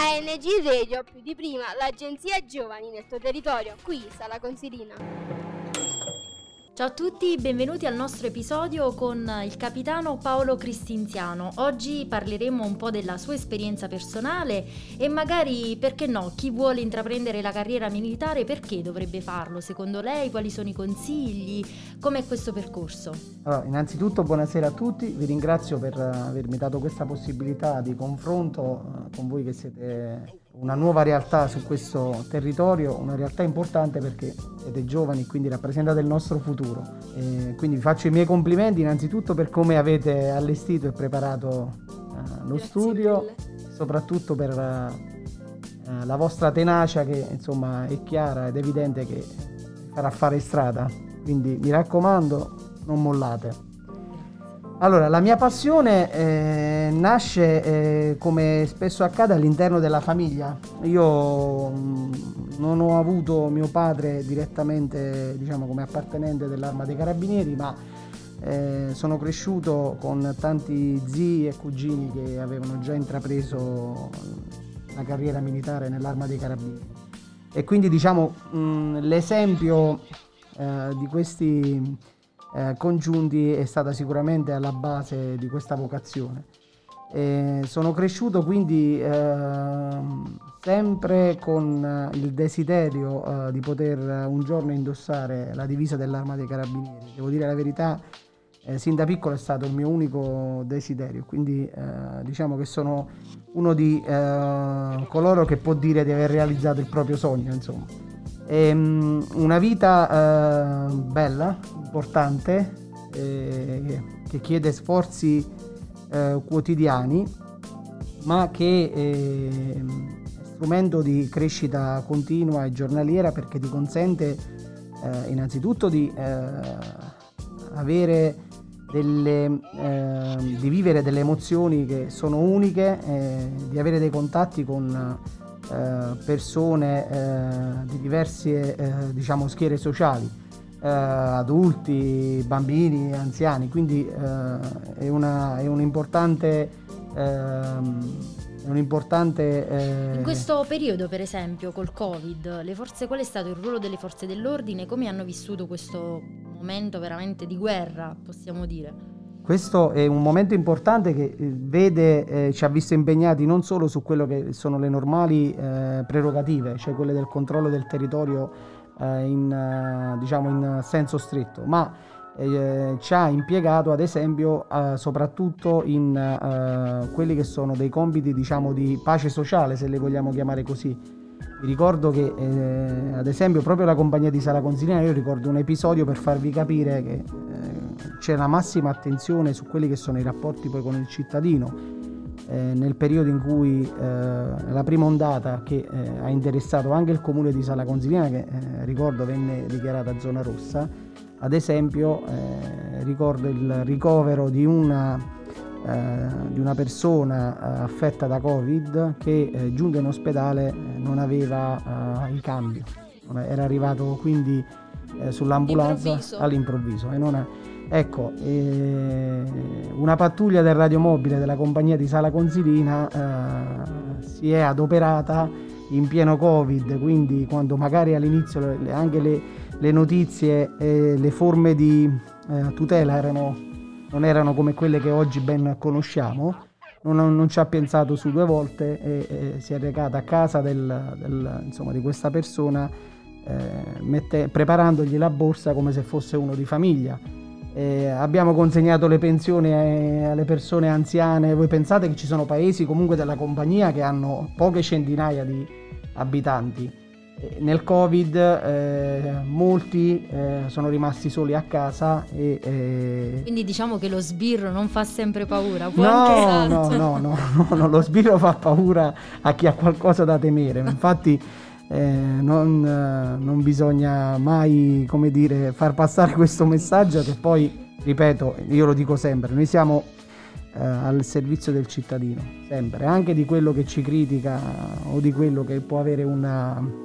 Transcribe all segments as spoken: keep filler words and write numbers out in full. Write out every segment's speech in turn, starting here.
A N G Radio, più di prima, l'agenzia giovani nel tuo territorio, qui Sala Consilina. Ciao a tutti, benvenuti al nostro episodio con il capitano Paolo Cristinziano. Oggi parleremo un po' della sua esperienza personale e magari, perché no, chi vuole intraprendere la carriera militare, perché dovrebbe farlo? Secondo lei, quali sono i consigli? Com'è questo percorso? Allora, innanzitutto buonasera a tutti, vi ringrazio per avermi dato questa possibilità di confronto con voi che siete una nuova realtà su questo territorio, una realtà importante perché siete giovani, quindi rappresentate il nostro futuro. E quindi vi faccio i miei complimenti innanzitutto per come avete allestito e preparato uh, lo Grazie studio, mille. Soprattutto per uh, la vostra tenacia che insomma è chiara ed evidente che farà fare strada, quindi mi raccomando, non mollate. Allora, la mia passione eh, nasce, eh, come spesso accade, all'interno della famiglia. Io mh, non ho avuto mio padre direttamente, diciamo, come appartenente dell'Arma dei Carabinieri, ma eh, sono cresciuto con tanti zii e cugini che avevano già intrapreso la carriera militare nell'Arma dei Carabinieri. E quindi, diciamo, mh, l'esempio eh, di questi Eh, congiunti è stata sicuramente alla base di questa vocazione. E sono cresciuto quindi eh, sempre con il desiderio eh, di poter un giorno indossare la divisa dell'Arma dei Carabinieri. Devo dire la verità, eh, sin da piccolo è stato il mio unico desiderio, quindi eh, diciamo che sono uno di eh, coloro che può dire di aver realizzato il proprio sogno, insomma. È una vita eh, bella, importante, eh, che chiede sforzi eh, quotidiani, ma che è strumento di crescita continua e giornaliera perché ti consente eh, innanzitutto di eh, avere delle, eh, di vivere delle emozioni che sono uniche, eh, di avere dei contatti con Uh, persone uh, di diverse uh, diciamo schiere sociali, uh, adulti, bambini, anziani, quindi uh, è, una, è un importante uh, è un importante uh... In questo periodo, per esempio, col Covid, le forze, qual è stato il ruolo delle forze dell'ordine? Come hanno vissuto questo momento veramente di guerra, possiamo dire? Questo è un momento importante che vede, eh, ci ha visto impegnati non solo su quello che sono le normali eh, prerogative, cioè quelle del controllo del territorio eh, in, eh, diciamo in senso stretto, ma eh, ci ha impiegato ad esempio eh, soprattutto in eh, quelli che sono dei compiti, diciamo, di pace sociale, se le vogliamo chiamare così. Vi ricordo che eh, ad esempio proprio la compagnia di Sala Consilina, io ricordo un episodio per farvi capire che eh, c'è la massima attenzione su quelli che sono i rapporti poi con il cittadino eh, nel periodo in cui eh, la prima ondata che eh, ha interessato anche il comune di Sala Consilina, che eh, ricordo venne dichiarata zona rossa, ad esempio eh, ricordo il ricovero di una Uh, di una persona uh, affetta da Covid che uh, giunta in ospedale uh, non aveva uh, il cambio, era arrivato quindi uh, sull'ambulanza improvviso. all'improvviso e non ha... ecco eh, una pattuglia del radiomobile della compagnia di Sala Consilina uh, si è adoperata in pieno Covid, quindi quando magari all'inizio le, anche le, le notizie e le forme di uh, tutela erano non erano come quelle che oggi ben conosciamo, non, non ci ha pensato su due volte e, e si è recata a casa del, del, insomma, di questa persona eh, mette, preparandogli la borsa come se fosse uno di famiglia. E abbiamo consegnato le pensioni ai, alle persone anziane. Voi pensate che ci sono paesi comunque della compagnia che hanno poche centinaia di abitanti. Nel Covid eh, molti eh, sono rimasti soli a casa e, eh... quindi diciamo che lo sbirro non fa sempre paura, può no, anche no, no, no, no, no, lo sbirro fa paura a chi ha qualcosa da temere, infatti eh, non, eh, non bisogna mai, come dire, far passare questo messaggio che poi, ripeto, io lo dico sempre, noi siamo eh, al servizio del cittadino, sempre, anche di quello che ci critica o di quello che può avere una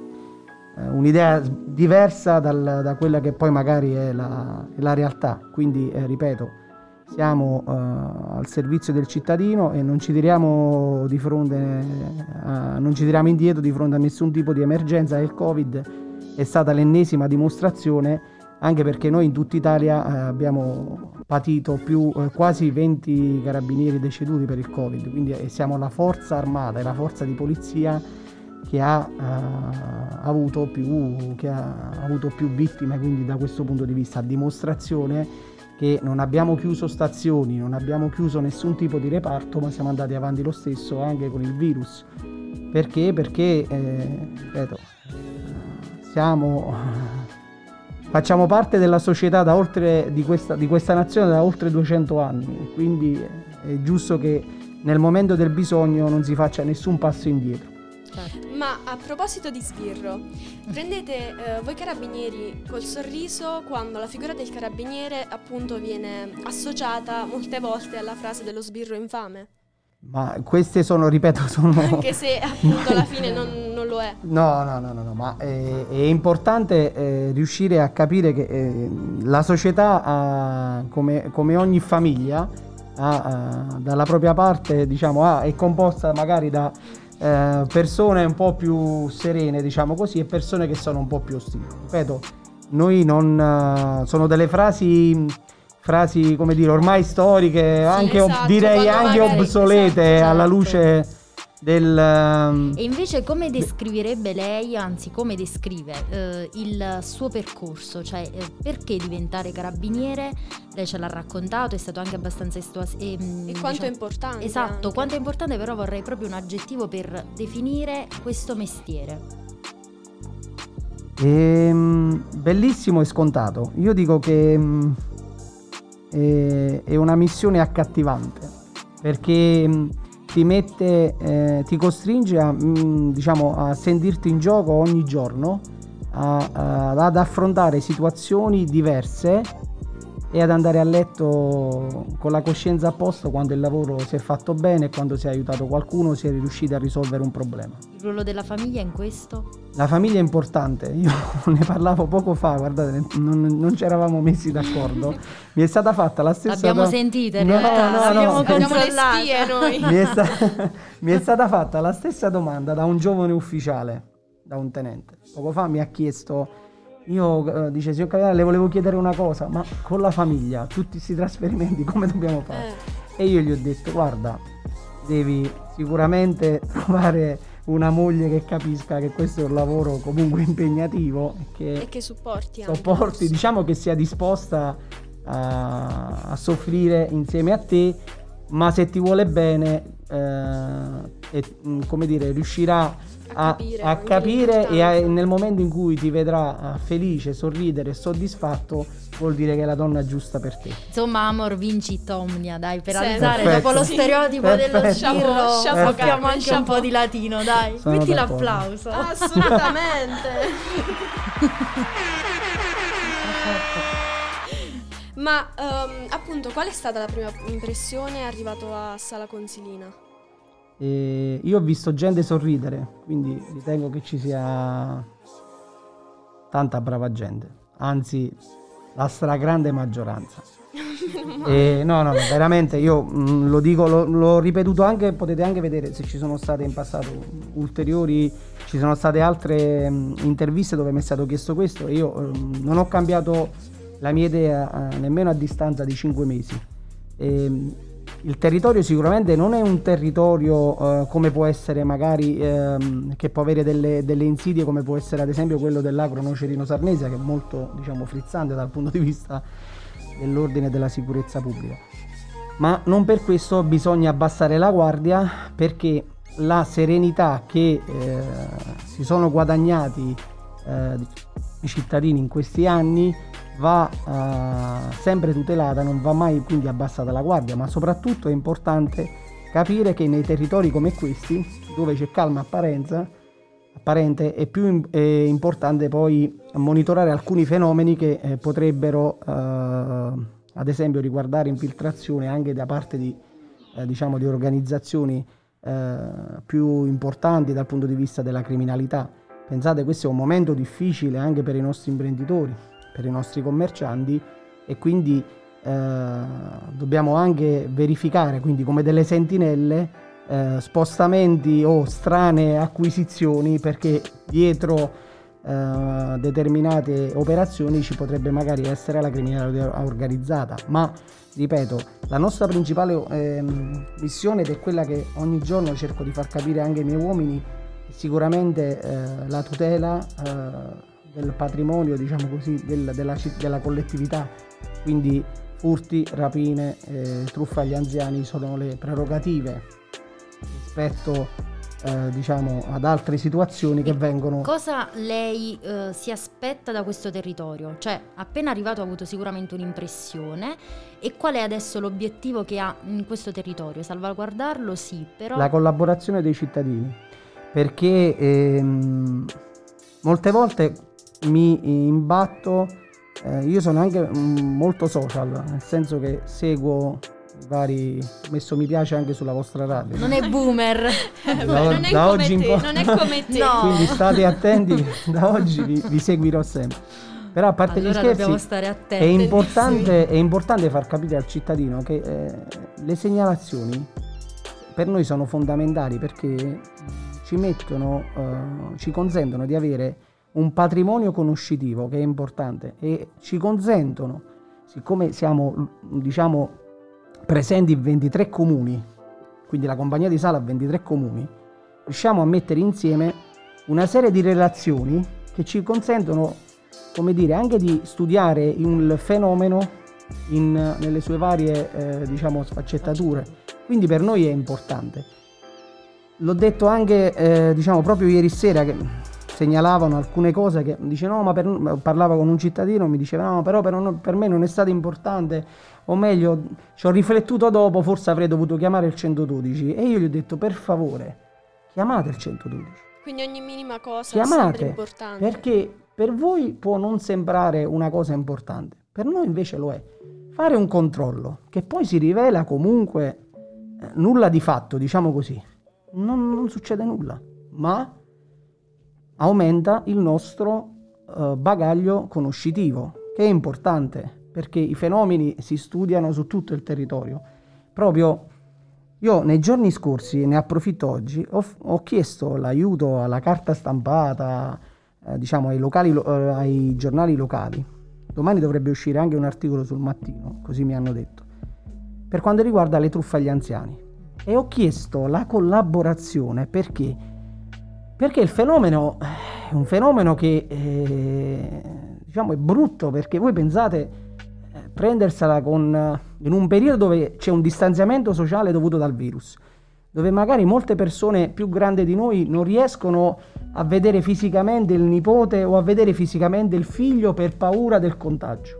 un'idea diversa dal, da quella che poi magari è la, è la realtà. Quindi eh, ripeto, siamo uh, al servizio del cittadino e non ci tiriamo di fronte a, non ci tiriamo indietro di fronte a nessun tipo di emergenza. Il Covid è stata l'ennesima dimostrazione, anche perché noi in tutta Italia uh, abbiamo patito più uh, quasi venti carabinieri deceduti per il Covid, quindi eh, siamo la forza armata e la forza di polizia che ha, uh, avuto più, che ha avuto più vittime, quindi da questo punto di vista a dimostrazione che non abbiamo chiuso stazioni, non abbiamo chiuso nessun tipo di reparto, ma siamo andati avanti lo stesso anche con il virus. Perché? Perché, eh, ripeto, siamo, facciamo parte della società da oltre, di, questa, di questa nazione da oltre duecento anni, quindi è giusto che nel momento del bisogno non si faccia nessun passo indietro. Ma a proposito di sbirro, prendete eh, voi carabinieri col sorriso quando la figura del carabiniere appunto viene associata molte volte alla frase dello sbirro infame? Ma queste sono, ripeto, sono... Anche se appunto alla fine non, non lo è. No, no, no, no, no, ma è, è importante eh, riuscire a capire che eh, la società, ha, come, come ogni famiglia, ha, ha, dalla propria parte, diciamo, ha, è composta magari da... Eh, persone un po' più serene, diciamo così, e persone che sono un po' più ostili. Ripeto, noi non uh, sono delle frasi frasi come dire ormai storiche, sì, anche esatto, ob- direi anche magari, obsolete, esatto, alla certo. luce del um... E invece come descriverebbe lei, anzi come descrive eh, il suo percorso, cioè eh, perché diventare carabiniere? Lei ce l'ha raccontato, è stato anche abbastanza estuas- e, E diciamo, quanto è importante. esatto, anche. quanto è importante, però vorrei proprio un aggettivo per definire questo mestiere. Ehm, bellissimo e scontato. Io dico che mh, è, è una missione accattivante, perché mh, ti mette, eh, ti costringe a, mh, diciamo, a sentirti in gioco ogni giorno, a, a, ad affrontare situazioni diverse e ad andare a letto con la coscienza a posto quando il lavoro si è fatto bene, quando si è aiutato qualcuno, si è riusciti a risolvere un problema. Il ruolo della famiglia in questo? La famiglia è importante, io ne parlavo poco fa, guardate, non, non ci eravamo messi d'accordo. Mi è stata fatta la stessa L'abbiamo do- sentita in no, realtà, no, l'abbiamo no. Siamo le controllata. spie noi. Mi è, sta- mi è stata fatta la stessa domanda da un giovane ufficiale, da un tenente. Poco fa mi ha chiesto, io eh, dice signor capitano, le volevo chiedere una cosa, ma con la famiglia, tutti questi trasferimenti come dobbiamo fare? Eh. E io gli ho detto, guarda, devi sicuramente trovare una moglie che capisca che questo è un lavoro comunque impegnativo e che, E che supporti anche. sopporti, diciamo che sia disposta a, a soffrire insieme a te, ma se ti vuole bene eh, e, mh, come dire, riuscirà A a, capire a anche capire e a- l'importanza. nel momento in cui ti vedrà eh, felice, sorridere e soddisfatto, vuol dire che è la donna giusta per te. Insomma, amor vincit omnia, dai, per Sì. alzare Perfetto. dopo lo Sì. stereotipo dello Perfetto. sbirro, Chapeau, chapeau, sappiamo Carmen, anche un po' chapeau. di latino, dai. Sono Metti d'accordo. l'applauso. Assolutamente. Ma ehm, appunto, qual è stata la prima impressione arrivato a Sala Consilina? E io ho visto gente sorridere, quindi ritengo che ci sia tanta brava gente, anzi la stragrande maggioranza. E no, no, no, veramente io mh, lo dico, lo- l'ho ripetuto anche, potete anche vedere se ci sono state in passato ulteriori, ci sono state altre mh, interviste dove mi è stato chiesto questo e io mh, non ho cambiato la mia idea eh, nemmeno a distanza di cinque mesi. E, mh, il territorio sicuramente non è un territorio eh, come può essere magari ehm, che può avere delle, delle insidie, come può essere ad esempio quello dell'Agro Nocerino Sarnesia, che è molto, diciamo, frizzante dal punto di vista dell'ordine e della sicurezza pubblica. Ma non per questo bisogna abbassare la guardia, perché la serenità che eh, si sono guadagnati eh, i cittadini in questi anni va uh, sempre tutelata, non va mai quindi abbassata la guardia, ma soprattutto è importante capire che nei territori come questi, dove c'è calma apparenza, apparente, è più im- è importante poi monitorare alcuni fenomeni che eh, potrebbero uh, ad esempio riguardare infiltrazione anche da parte di, eh, diciamo, di organizzazioni eh, più importanti dal punto di vista della criminalità. Pensate, questo è un momento difficile anche per i nostri imprenditori, per i nostri commercianti, e quindi eh, dobbiamo anche verificare, quindi come delle sentinelle, eh, spostamenti o strane acquisizioni, perché dietro Uh, determinate operazioni ci potrebbe magari essere la criminalità organizzata. Ma ripeto, la nostra principale eh, missione, ed è quella che ogni giorno cerco di far capire anche ai miei uomini, è sicuramente eh, la tutela eh, del patrimonio, diciamo così, del, della, della collettività. Quindi furti, rapine, eh, truffa agli anziani sono le prerogative rispetto Eh, diciamo ad altre situazioni che vengono. Cosa lei eh, si aspetta da questo territorio? Cioè, appena arrivato ha avuto sicuramente un'impressione, e qual è adesso l'obiettivo che ha in questo territorio? Salvaguardarlo, sì, però la collaborazione dei cittadini, perché ehm, molte volte mi imbatto, eh, io sono anche mm, molto social, nel senso che seguo vari, ho messo mi piace anche sulla vostra radio. Non è boomer. Beh, non, è da come oggi in te, po'. non è come te. No. Quindi state attenti, da oggi vi, vi seguirò sempre. Però a parte allora gli scherzi, dobbiamo stare è attenti. importante, è importante far capire al cittadino che eh, le segnalazioni per noi sono fondamentali, perché ci mettono, eh, ci consentono di avere un patrimonio conoscitivo che è importante, e ci consentono, siccome siamo, diciamo, presenti in ventitré comuni, quindi la compagnia di Sala ha ventitré comuni, riusciamo a mettere insieme una serie di relazioni che ci consentono, come dire, anche di studiare il fenomeno in, nelle sue varie eh, diciamo sfaccettature. Quindi per noi è importante. L'ho detto anche eh, diciamo proprio ieri sera, che segnalavano alcune cose che dice no, ma per, parlava con un cittadino, mi diceva no, però per, per me non è stato importante, o meglio ci ho riflettuto dopo, forse avrei dovuto chiamare il centododici. E io gli ho detto per favore chiamate il centododici, quindi ogni minima cosa chiamate, è importante, perché per voi può non sembrare una cosa importante, per noi invece lo è. Fare un controllo che poi si rivela comunque eh, nulla di fatto, diciamo così, non, non succede nulla, ma aumenta il nostro uh, bagaglio conoscitivo, che è importante, perché i fenomeni si studiano su tutto il territorio. Proprio io nei giorni scorsi, ne approfitto oggi, ho, ho chiesto l'aiuto alla carta stampata, eh, diciamo ai, locali, eh, ai giornali locali. Domani dovrebbe uscire anche un articolo sul Mattino, così mi hanno detto, per quanto riguarda le truffe agli anziani. E ho chiesto la collaborazione perché Perché il fenomeno è un fenomeno che eh, diciamo è brutto, perché voi pensate eh, prendersela con, in un periodo dove c'è un distanziamento sociale dovuto dal virus, dove magari molte persone più grandi di noi non riescono a vedere fisicamente il nipote o a vedere fisicamente il figlio per paura del contagio.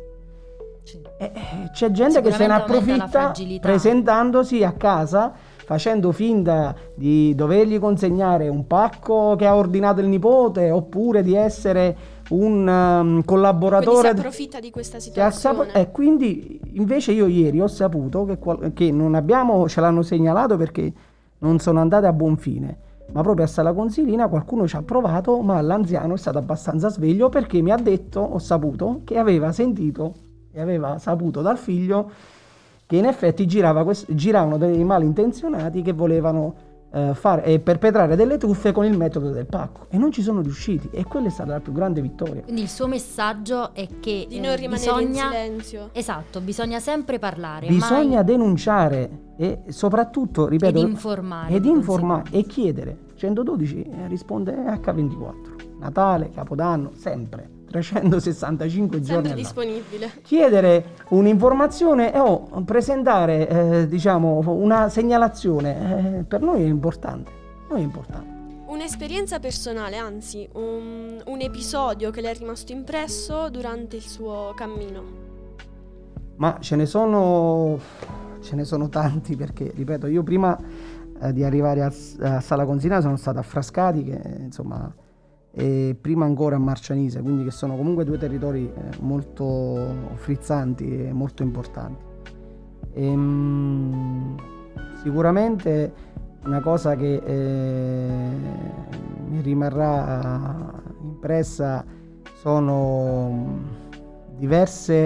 E, eh, c'è gente che se ne approfitta presentandosi a casa, facendo finta di dovergli consegnare un pacco che ha ordinato il nipote, oppure di essere un um, collaboratore. Quindi si approfitta di questa situazione. E eh, quindi invece io ieri ho saputo che, qual- che non abbiamo, ce l'hanno segnalato perché non sono andate a buon fine, ma proprio a Sala Consilina qualcuno ci ha provato, ma l'anziano è stato abbastanza sveglio, perché mi ha detto, ho saputo, che aveva sentito e aveva saputo dal figlio che in effetti girava quest- giravano dei malintenzionati che volevano eh, fare e perpetrare delle truffe con il metodo del pacco, e non ci sono riusciti, e quella è stata la più grande vittoria. Quindi il suo messaggio è che di eh, non rimanere bisogna, in silenzio. Esatto, bisogna sempre parlare, Bisogna mai... denunciare e soprattutto, ripeto, ed informare, ed di informare e chiedere. centododici risponde acca ventiquattro, Natale, Capodanno, sempre trecentosessantacinque giorni Sempre all'anno. disponibile. Chiedere un'informazione o presentare eh, diciamo una segnalazione eh, per noi è importante. Noi è importante. Un'esperienza personale, anzi un, un episodio che le è rimasto impresso durante il suo cammino. Ma ce ne sono ce ne sono tanti, perché ripeto, io prima eh, di arrivare a, a Sala Consilina sono stato a Frascati, che insomma, e prima ancora a Marcianise, quindi che sono comunque due territori eh, molto frizzanti e molto importanti. E, mh, sicuramente una cosa che eh, mi rimarrà impressa sono diverse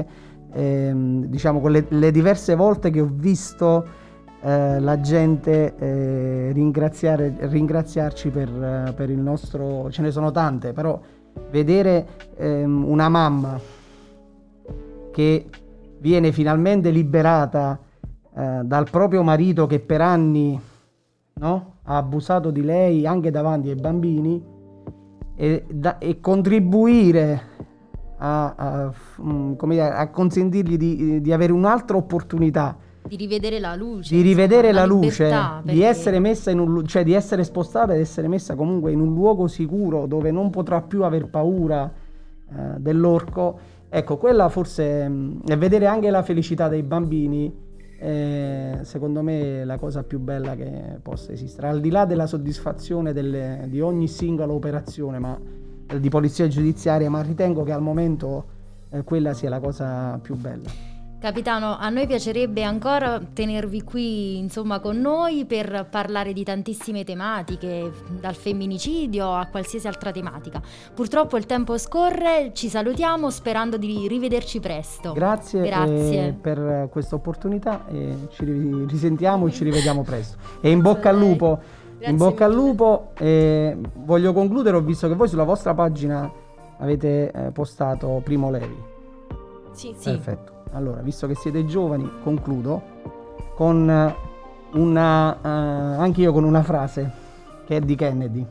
ehm, diciamo con le, le diverse volte che ho visto eh, la gente eh, ringraziare, ringraziarci per, eh, per il nostro, ce ne sono tante, però vedere ehm, una mamma che viene finalmente liberata eh, dal proprio marito che per anni, no, ha abusato di lei anche davanti ai bambini, e, da, e contribuire a, a, come dire, a consentirgli di, di avere un'altra opportunità, di rivedere la luce, di rivedere insomma, la, la luce, libertà, di essere messa in un, cioè di essere spostata ed essere messa comunque in un luogo sicuro dove non potrà più aver paura eh, dell'orco. Ecco, quella forse è vedere anche la felicità dei bambini. Eh, secondo me è la cosa più bella che possa esistere, al di là della soddisfazione delle, di ogni singola operazione ma, eh, di polizia giudiziaria, ma ritengo che al momento eh, quella sia la cosa più bella. Capitano, a noi piacerebbe ancora tenervi qui, insomma, con noi per parlare di tantissime tematiche, dal femminicidio a qualsiasi altra tematica. Purtroppo il tempo scorre, ci salutiamo sperando di rivederci presto. Grazie, Grazie. Eh, per questa opportunità e ci risentiamo e ci rivediamo presto. E in bocca al lupo, in bocca al lupo. Eh, voglio concludere, ho visto che voi sulla vostra pagina avete eh, postato Primo Levi. Sì, sì. Perfetto. Allora, visto che siete giovani, concludo con una, uh, anche io con una frase che è di Kennedy,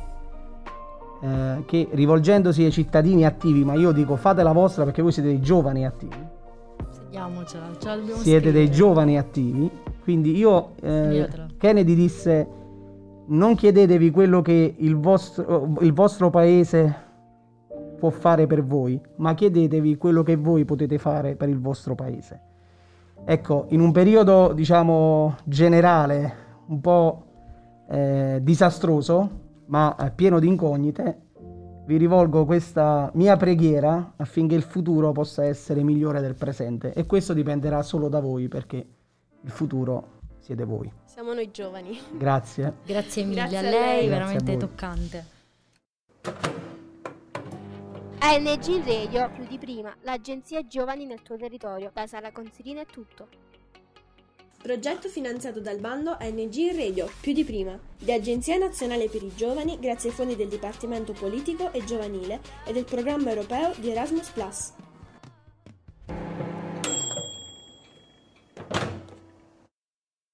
uh, che rivolgendosi ai cittadini attivi, ma io dico fate la vostra perché voi siete dei giovani attivi. Segniamocela, ce la dobbiamo Siete scrivere. dei giovani attivi, quindi io, uh, Kennedy disse, non chiedetevi quello che il vostro, il vostro paese può fare per voi, ma chiedetevi quello che voi potete fare per il vostro paese. Ecco, in un periodo, diciamo, generale, un po' eh, disastroso, ma eh, pieno di incognite, vi rivolgo questa mia preghiera affinché il futuro possa essere migliore del presente, e questo dipenderà solo da voi, perché il futuro siete voi. Siamo noi giovani. Grazie. Grazie mille Grazie a a lei, lei. veramente Grazie a voi. toccante. A N G Radio, più di prima, l'agenzia Giovani nel tuo territorio. Da Sala Consilina è tutto. Progetto finanziato dal bando A N G Radio, più di prima, di Agenzia Nazionale per i Giovani grazie ai fondi del Dipartimento Politico e Giovanile e del programma europeo di Erasmus plus.